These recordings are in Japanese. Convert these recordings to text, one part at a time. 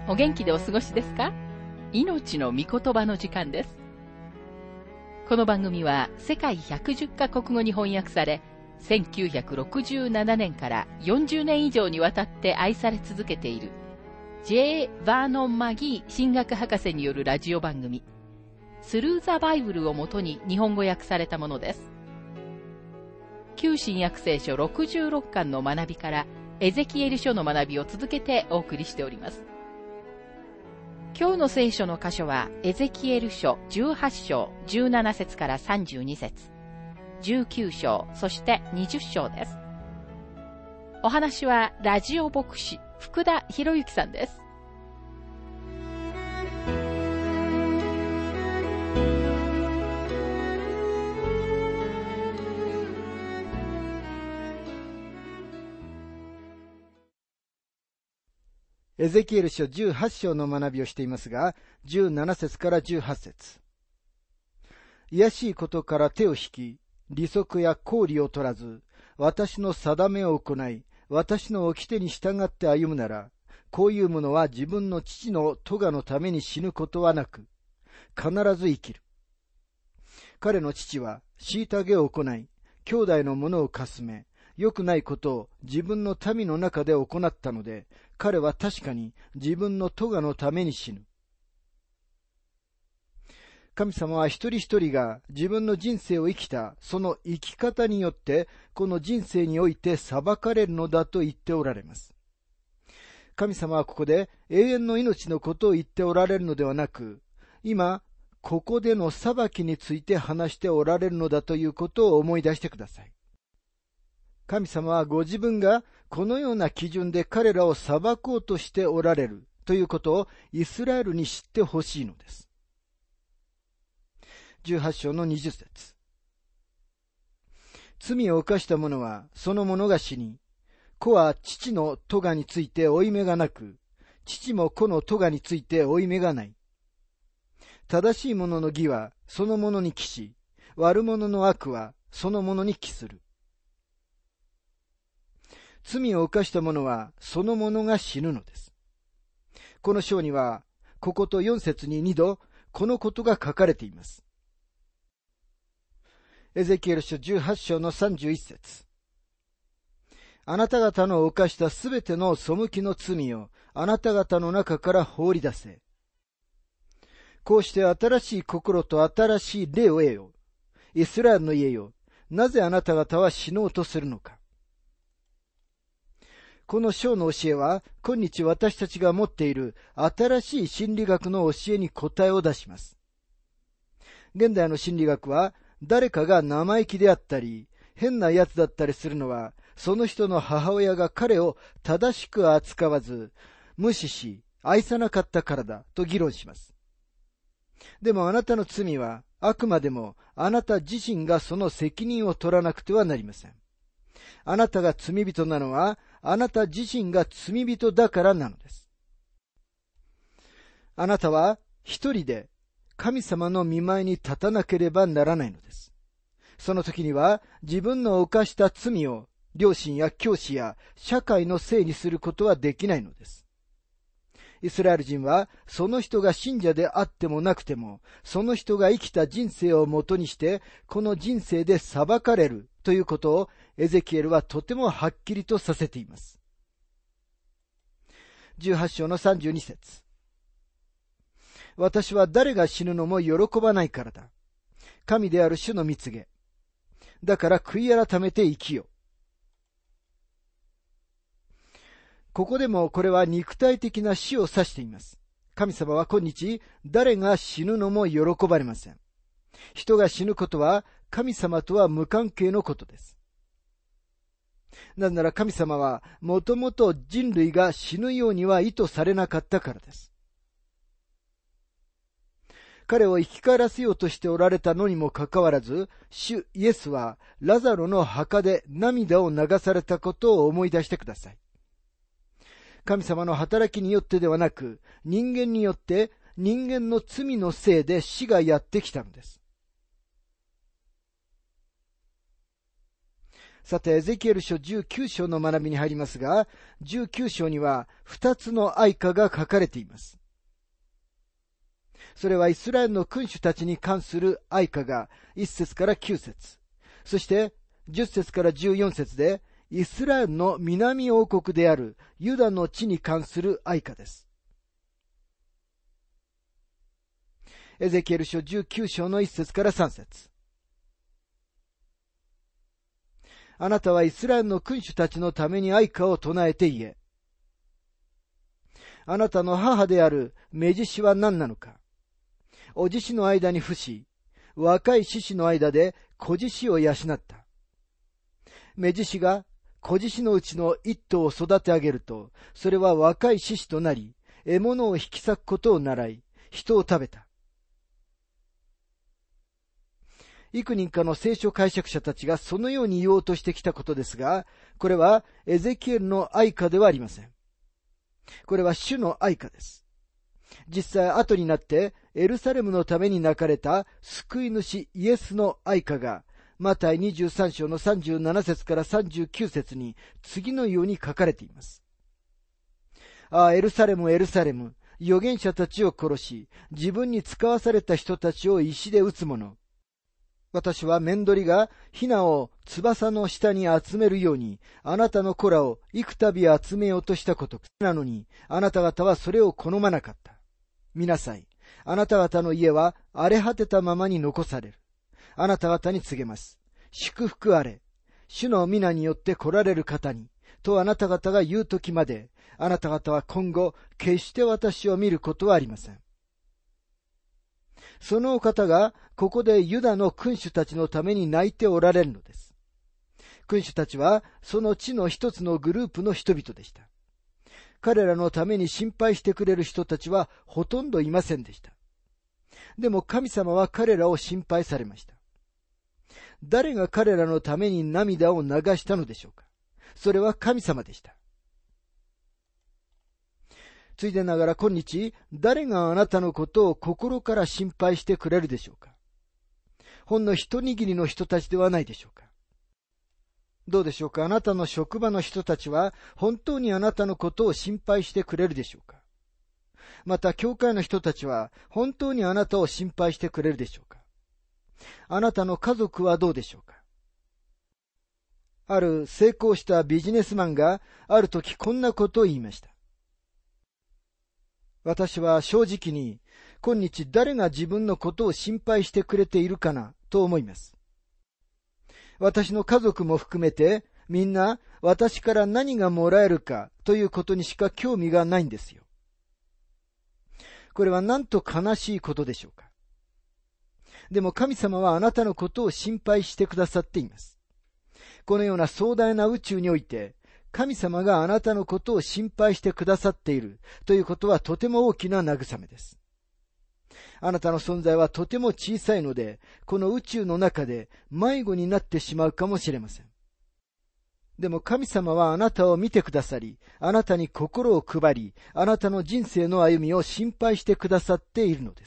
お元気でお過ごしですか？命の御言葉の時間です。この番組は世界110カ国語に翻訳され、1967年から40年以上にわたって愛され続けている J. バーノン・マギー神学博士によるラジオ番組スルー・ザ・バイブルをもとに日本語訳されたものです。旧新約聖書66巻の学びからエゼキエル書の学びを続けてお送りしております。今日の聖書の箇所はエゼキエル書18章17節から32節、19章そして20章です。お話はラジオ牧師福田博之さんです。 エゼキエル書18章の学びをしていますが、17節から18節。卑しいことから手を引き、利息や公利を取らず、私の定めを行い、私の掟に従って歩むなら、こういう者は自分の父の咎のために死ぬことはなく、必ず生きる。彼の父は虐げを行い、兄弟のものをかすめ、良くないことを自分の民の中で行ったので、彼は確かに自分の咎のために死ぬ。神様は一人一人が自分の人生を生きたその生き方によってこの人生において裁かれるのだと言っておられます。神様はここで永遠の命のことを言っておられるのではなく、今ここでの裁きについて話しておられるのだということを思い出してください。神様はご自分がこのような基準で彼らを裁こうとしておられるということをイスラエルに知ってほしいのです。18章の20節。罪を犯した者はその者が死に、子は父の咎について負い目がなく、父も子の咎について負い目がない。正しい者の義はその者に帰し、悪者の悪はその者に帰する。罪を犯した者はその者が死ぬのです。この章には、ここと4節に2度、このことが書かれています。エゼキエル書18章の31節。あなた方の犯したすべての背きの罪をあなた方の中から放り出せ。こうして新しい心と新しい霊を得よ。イスラエルの家よ。なぜあなた方は死のうとするのか。この章の教えは、今日私たちが持っている新しい心理学の教えに答えを出します。現代の心理学は、誰かが生意気であったり、変なやつだったりするのは、その人の母親が彼を正しく扱わず、無視し、愛さなかったからだと議論します。でもあなたの罪は、あくまでもあなた自身がその責任を取らなくてはなりません。あなたが罪人なのは、あなた自身が罪人だからなのです。あなたは一人で神様の御前に立たなければならないのです。その時には自分の犯した罪を両親や教師や社会のせいにすることはできないのです。イスラエル人はその人が信者であってもなくても、その人が生きた人生をもとにしてこの人生で裁かれるということをエゼキエルはとてもはっきりとさせています。18章の32節。私は誰が死ぬのも喜ばないからだ。神である主の御告げ。だから悔い改めて生きよ。ここでもこれは肉体的な死を指しています。神様は今日、誰が死ぬのも喜ばれません。人が死ぬことは神様とは無関係のことです。なぜなら神様はもともと人類が死ぬようには意図されなかったからです。彼を生き返らせようとしておられたのにもかかわらず、主イエスはラザロの墓で涙を流されたことを思い出してください。神様の働きによってではなく、人間によって人間の罪のせいで死がやってきたのです。 さて、エゼキエル書19章の学びに入りますが、19章には2つの愛歌が書かれています。それはイスラエルの君主たちに関する愛歌が1節から9節、そして10節から14節でイスラエルの南王国であるユダの地に関する愛歌です。エゼキエル書19章の1節から3節。あなたはイスラエルの君主たちのために愛歌を唱えて言え。あなたの母であるメジシは何なのか。おじしの間に伏し、若い獅子の間で子獅子を養った。メジシが子獅子のうちの一頭を育て上げると、それは若い獅子となり、獲物を引き裂くことを習い、人を食べた。幾人かの聖書解釈者たちがそのように言おうとしてきたことですが、これはエゼキエルの愛歌ではありません。これは主の愛歌です。実際後になってエルサレムのために泣かれた救い主イエスの愛歌がマタイ23章の37節から39節に次のように書かれています。ああ、エルサレム、エルサレム、預言者たちを殺し、自分に使わされた人たちを石で撃つ者。私はメンドリがヒナを翼の下に集めるように、あなたの子らを幾度集めようとしたことなのに、あなた方はそれを好まなかった。見なさい。あなた方の家は荒れ果てたままに残される。あなた方に告げます。祝福あれ。主の皆によって来られる方に、とあなた方が言うときまで、あなた方は今後、決して私を見ることはありません。そのお方が、ここでユダの君主たちのために泣いておられるのです。君主たちは、その地の一つのグループの人々でした。彼らのために心配してくれる人たちはほとんどいませんでした。でも神様は彼らを心配されました。誰が彼らのために涙を流したのでしょうか。それは神様でした。ついでながら今日、誰があなたのことを心から心配してくれるでしょうか。ほんの一握りの人たちではないでしょうか。どうでしょうか。あなたの職場の人たちは本当にあなたのことを心配してくれるでしょうか。また教会の人たちは本当にあなたを心配してくれるでしょうか。あなたの家族はどうでしょうか。ある成功したビジネスマンがある時こんなことを言いました。私は正直に今日誰が自分のことを心配してくれているかなと思います。私の家族も含めてみんな私から何がもらえるかということにしか興味がないんですよ。これはなんと悲しいことでしょうか。でも神様はあなたのことを心配してくださっています。このような壮大な宇宙において神様があなたのことを心配してくださっているということはとても大きな慰めです。あなたの存在はとても小さいので、この宇宙の中で迷子になってしまうかもしれません。でも神様はあなたを見てくださり、あなたに心を配り、あなたの人生の歩みを心配してくださっているのです。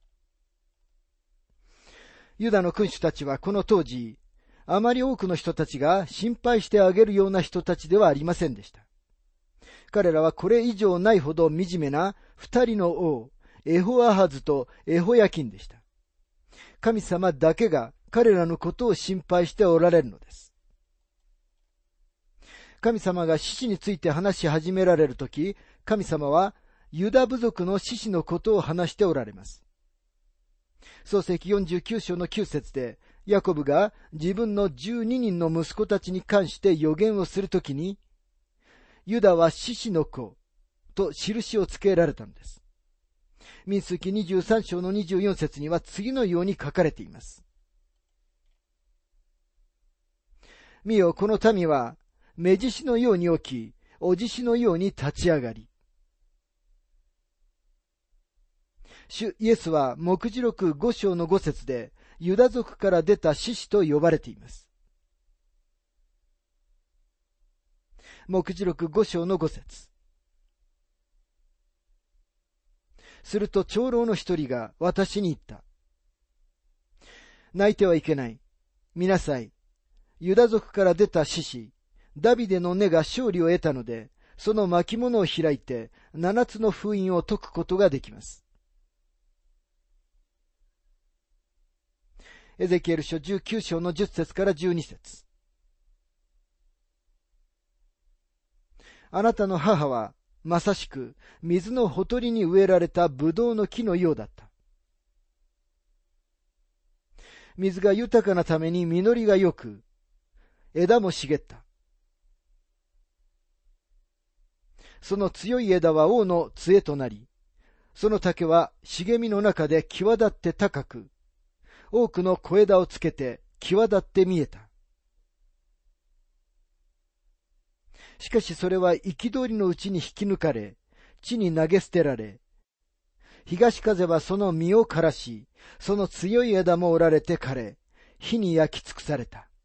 ユダの君主たちはこの当時、あまり多くの人たちが心配してあげるような人たちではありませんでした。彼らはこれ以上ないほど惨めな二人の王、エホアハズとエホヤキンでした。神様だけが彼らのことを心配しておられるのです。神様が獅子について話し始められるとき、神様はユダ部族の獅子のことを話しておられます。創世記49章の9節で、ヤコブが自分の12人の息子たちに関して予言をするときに、ユダは獅子の子と印をつけられたのです。民数記23章の24節には次のように書かれています。見よ、この民は目獅子のように起き、お獅子のように立ち上がり。主イエスは黙示録5章の5節でユダ族から出た獅子と呼ばれています。黙示録5章の5節。すると長老の一人が私に言った。泣いてはいけない。見なさい。 ユダ族から出た獅子、ダビデの根が勝利を得たので、その巻物を開いて7つの封印を解くことができます。エゼキエル書19章の10節から12節。あなたの母はまさしく水のほとりに植えられたブドウの木のようだった。水が豊かなために実りが良く、枝も茂った。その強い枝は王の杖となり、その竹は茂みの中で際立って高く、多くの小枝をつけて際立って見えた。しかしそれは憤りのうちに引き抜かれ、地に投げ捨てられ、東風はその実を枯らし、その強い枝も折られて枯れ、火に焼き尽くされた。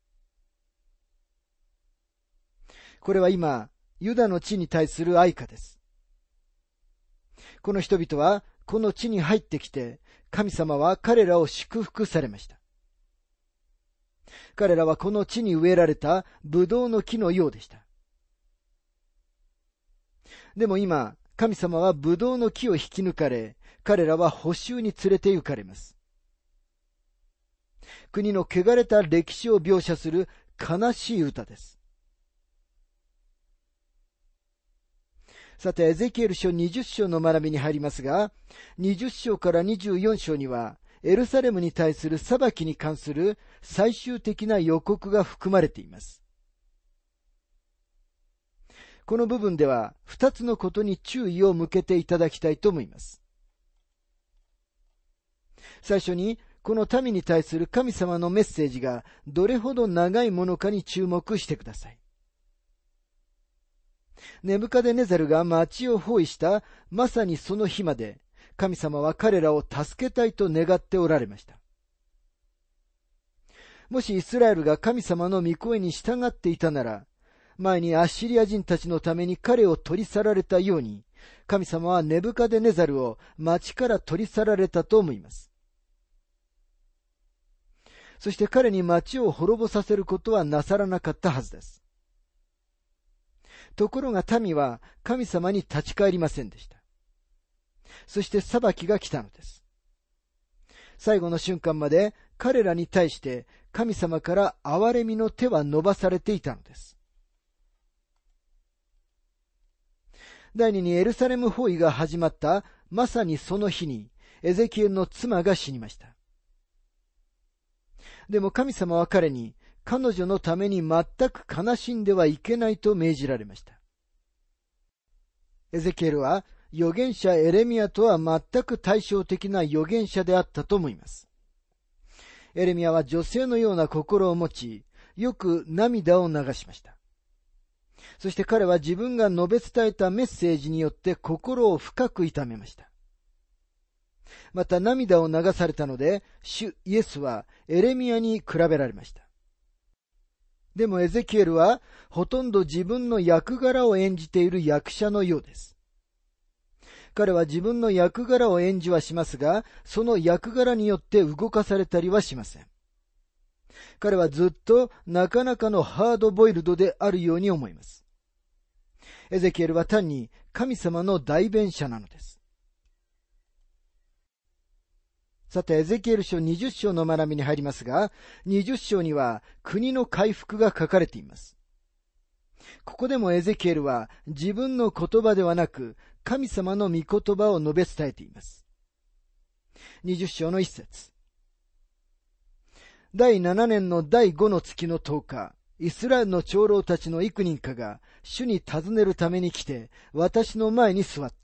これは今、ユダの地に対する哀歌です。この人々はこの地に入ってきて、神様は彼らを祝福されました。彼らはこの地に植えられたブドウの木のようでした。でも今、神様はブドウの木を引き抜かれ、彼らは捕囚に連れて行かれます。国の汚れた歴史を描写する悲しい歌です。さて、エゼキエル書20章の学びに入りますが、20章から24章には、エルサレムに対する裁きに関する最終的な予告が含まれています。この部分では、2つのことに注意を向けていただきたいと思います。最初に、この民に対する神様のメッセージがどれほど長いものかに注目してください。ネブカデネザルが町を包囲したまさにその日まで、神様は彼らを助けたいと願っておられました。もしイスラエルが神様の御声に従っていたなら、前にアッシリア人たちのために彼を取り去られたように、神様はネブカデネザルを町から取り去られたと思います。そして彼に町を滅ぼさせることはなさらなかったはずです。ところが民は神様に立ち返りませんでした。そして裁きが来たのです。最後の瞬間まで彼らに対して神様から憐れみの手は伸ばされていたのです。第二にエルサレム包囲が始まったまさにその日にエゼキエルの妻が死にました。でも神様は彼に彼女のために全く悲しんではいけないと命じられました。エゼキエルは預言者エレミヤとは全く対照的な預言者であったと思います。エレミヤは女性のような心を持ち、よく涙を流しました。そして彼は自分が述べ伝えたメッセージによって心を深く痛めました。また涙を流されたので、主イエスはエレミヤに比べられました。でもエゼキエルはほとんど自分の役柄を演じている役者のようです。彼は自分の役柄を演じはしますが、その役柄によって動かされたりはしません。彼はずっとなかなかのハードボイルドであるように思います。エゼキエルは単に神様の代弁者なのです。さて、エゼキエル書20章の学びに入りますが、20章には国の回復が書かれています。ここでもエゼキエルは自分の言葉ではなく、神様の御言葉を述べ伝えています。20章の一節。第7年の第5の月の10日、イスラエルの長老たちの幾人かが主に尋ねるために来て、私の前に座った。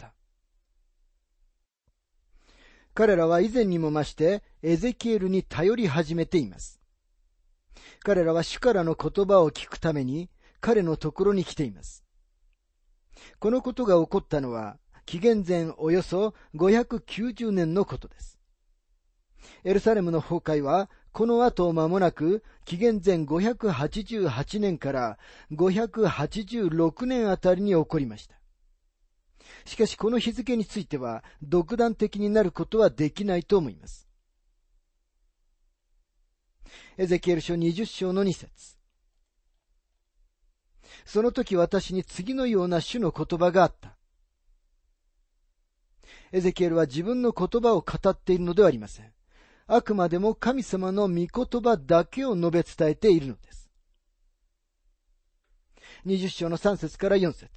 彼らは以前にも増してエゼキエルに頼り始めています。彼らは主からの言葉を聞くために彼のところに来ています。このことが起こったのは紀元前およそ590年のことです。エルサレムの崩壊はこの後間もなく紀元前588年から586年あたりに起こりました。しかしこの日付については独断的になることはできないと思います。 エゼキエル書20章の2節。その時私に次のような主の言葉があった。エゼキエルは自分の言葉を語っているのではありません。あくまでも神様の御言葉だけを述べ伝えているのです。20章の3節から4節。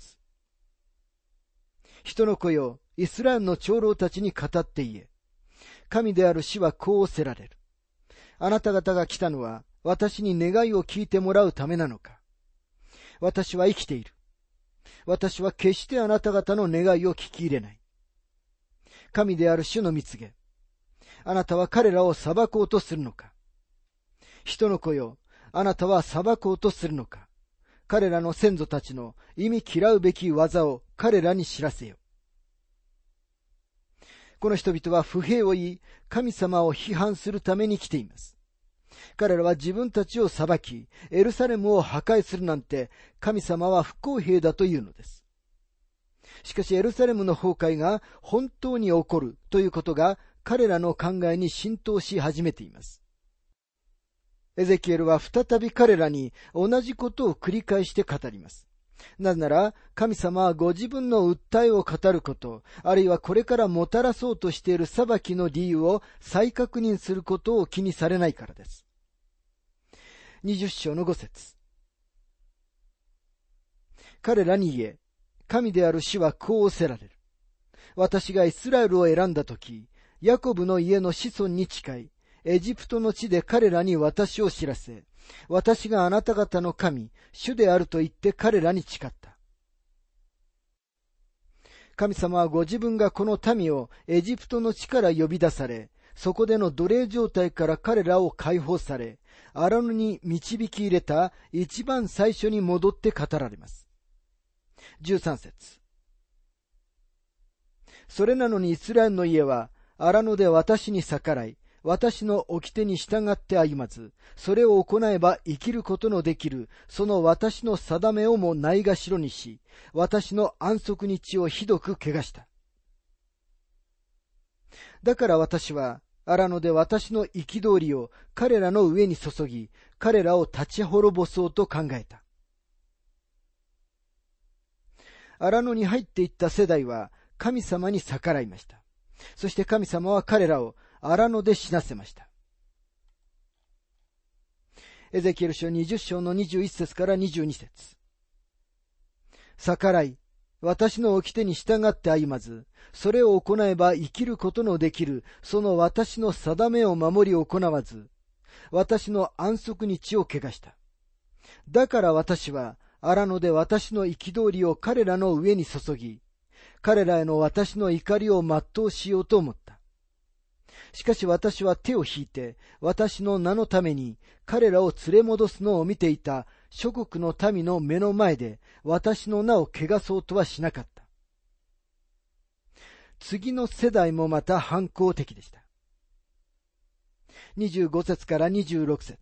人の子よ、イスラエルの長老たちに語って言え。神である主はこう仰せられる。あなた方が来たのは私に願いを聞いてもらうためなのか。私は生きている。私は決してあなた方の願いを聞き入れない。神である主の蜜げ。あなたは彼らを裁こうとするのか。人の子よ、あなたは裁こうとするのか。彼らの先祖たちの忌み嫌うべき技を彼らに知らせよ。この人々は不平を言い、神様を批判するために来ています。彼らは自分たちを裁き、エルサレムを破壊するなんて、神様は不公平だというのです。しかしエルサレムの崩壊が本当に起こるということが彼らの考えに浸透し始めています。エゼキエルは再び彼らに同じことを繰り返して語ります。なぜなら神様はご自分の訴えを語ること、あるいはこれからもたらそうとしている裁きの理由を再確認することを気にされないからです。20章の5節。彼らに言え、神である主はこう仰せられる。私がイスラエルを選んだとき、ヤコブの家の子孫に近い、エジプトの地で彼らに私を知らせ、私があなた方の神、主であると言って彼らに誓った。神様はご自分がこの民をエジプトの地から呼び出され、そこでの奴隷状態から彼らを解放され、荒野に導き入れた一番最初に戻って語られます。13節。それなのにイスラエルの家は荒野で私に逆らい、私の掟に従って歩まず、それを行えば生きることのできる、その私の定めをもないがしろにし、私の安息日をひどく汚した。だから私は、荒野で私の憤りを彼らの上に注ぎ、彼らを立ち滅ぼそうと考えた。荒野に入っていった世代は神様に逆らいました。そして神様は彼らを荒野で死なせました。エゼキエル書20章の21節から22節。逆らい、私の掟に従って歩まず、それを行えば生きることのできる、その私の定めを守り行わず、私の安息日を汚した。だから私は、荒野で私の憤りを彼らの上に注ぎ、彼らへの私の怒りを全うしようと思った。しかし私は手を引いて、私の名のために彼らを連れ戻すのを見ていた諸国の民の目の前で私の名を汚そうとはしなかった。次の世代もまた反抗的でした。25節から26節。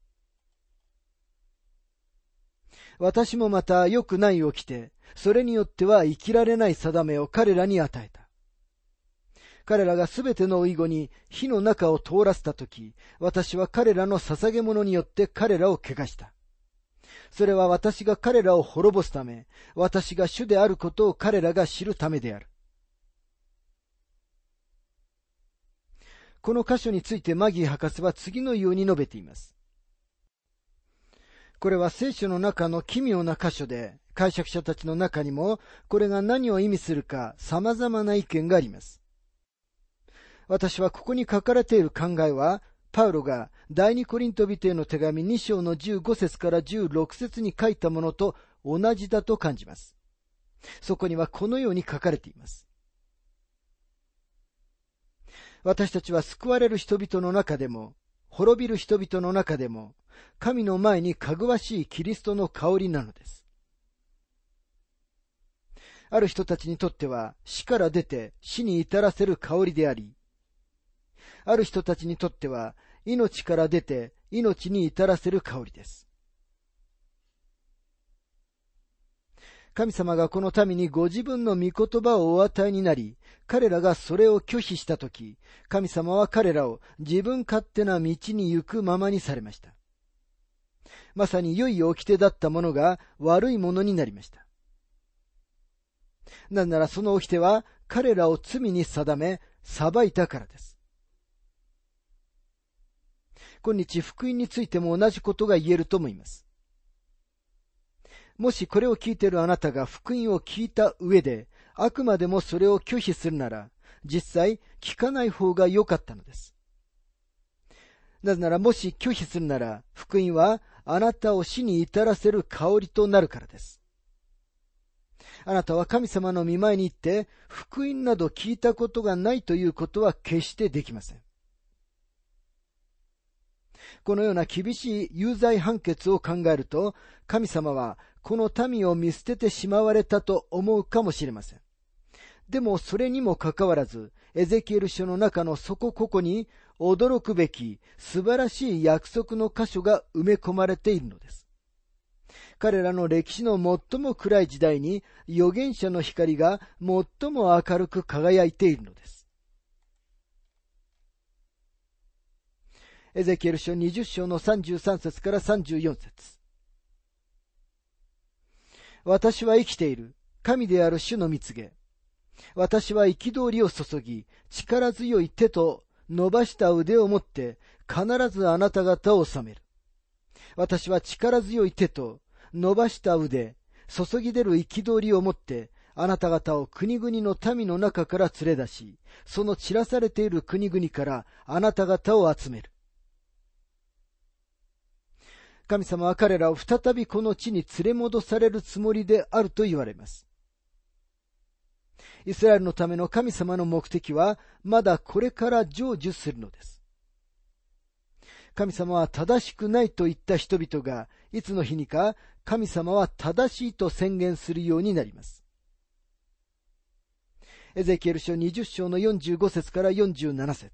私もまた良くないを着て、それによっては生きられない定めを彼らに与えた。彼らがすべての遺語に火の中を通らせたとき、私は彼らの捧げ物によって彼らを汚した。それは私が彼らを滅ぼすため、私が主であることを彼らが知るためである。この箇所についてマギー博士は次のように述べています。これは聖書の中の奇妙な箇所で、解釈者たちの中にもこれが何を意味するか様々な意見があります。私はここに書かれている考えは、パウロが第二コリント人への手紙2章の15節から16節に書いたものと同じだと感じます。そこにはこのように書かれています。私たちは救われる人々の中でも、滅びる人々の中でも、神の前にかぐわしいキリストの香りなのです。ある人たちにとっては死から出て死に至らせる香りであり、ある人たちにとっては命から出て命に至らせる香りです。神様がこの民にご自分の御言葉をお与えになり、彼らがそれを拒否したとき、神様は彼らを自分勝手な道に行くままにされました。 まさに良い掟だったものが悪いものになりました。なぜならその掟は彼らを罪に定め、裁いたからです。今日福音についても同じことが言えると思います。もしこれを聞いているあなたが福音を聞いた上で、あくまでもそれを拒否するなら、実際聞かない方が良かったのです。なぜならもし拒否するなら、福音はあなたを死に至らせる香りとなるからです。あなたは神様の御前に行って、福音など聞いたことがないということは決してできません。このような厳しい有罪判決を考えると、神様はこの民を見捨ててしまわれたと思うかもしれません。でもそれにもかかわらず、エゼキエル書の中のそこここに驚くべき素晴らしい約束の箇所が埋め込まれているのです。彼らの歴史の最も暗い時代に預言者の光が最も明るく輝いているのです。エゼキエル書20章の33節から34節。私は生きている。神である主の御告げ。私は憤りを注ぎ、力強い手と伸ばした腕を持って、必ずあなた方を治める。私は力強い手と伸ばした腕、注ぎ出る憤りを持って、あなた方を国々の民の中から連れ出し、その散らされている国々からあなた方を集める。神様は彼らを再びこの地に連れ戻されるつもりであると言われます。イスラエルのための神様の目的はまだこれから成就するのです。神様は正しくないと言った人々がいつの日にか神様は正しいと宣言するようになります。エゼキエル書20章の45節から47節。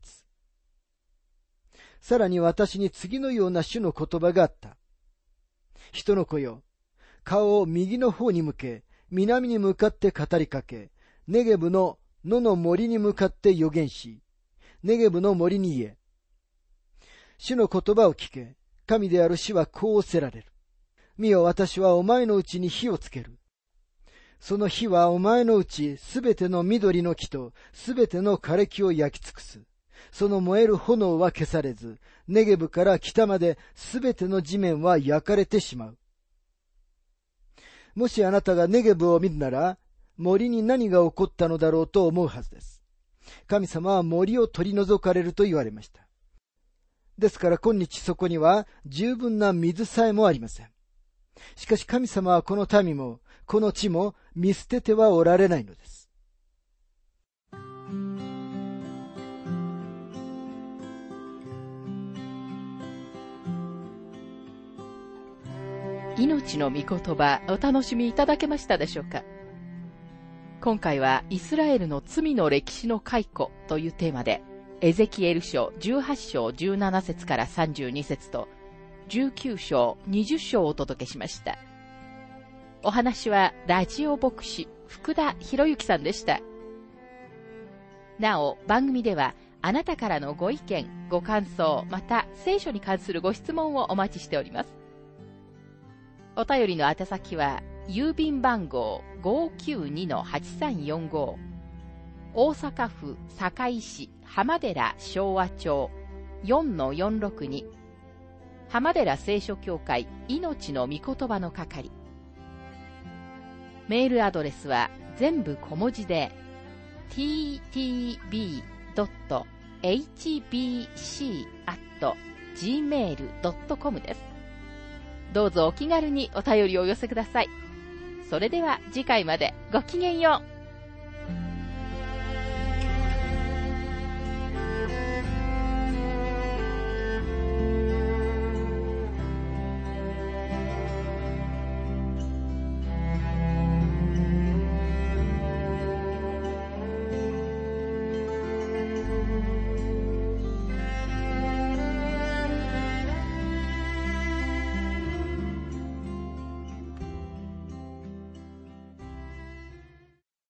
さらに私に次のような主の言葉があった。人の子よ、顔を右の方に向け、南に向かって語りかけ、ネゲブの野の森に向かって預言し、ネゲブの森に言え。主の言葉を聞け。神である主はこうおせられる。見よ、私はお前のうちに火をつける。その火はお前のうちすべての緑の木とすべての枯れ木を焼き尽くす。その燃える炎は消されず、ネゲブから北まですべての地面は焼かれてしまう。もしあなたがネゲブを見るなら、森に何が起こったのだろうと思うはずです。神様は森を取り除かれると言われました。ですから今日そこには十分な水さえもありません。しかし神様はこの民も、この地も見捨ててはおられないのです。 命の御言葉、お楽しみいただけましたでしょうか。今回はイスラエルの罪の歴史の回顧というテーマで、エゼキエル書18章17節から32節と19章20章をお届けしました。お話はラジオ牧師福田博之さんでした。なお、番組ではあなたからのご意見、ご感想、また聖書に関するご質問をお待ちしております。お便りの宛先は郵便番号 592-8345 大阪府堺市浜寺昭和町 4-462 浜寺聖書協会命の御言葉の係。メールアドレスは全部小文字で ttb.hbc@gmail.com です。どうぞお気軽にお便りをお寄せください。それでは次回までごきげんよう。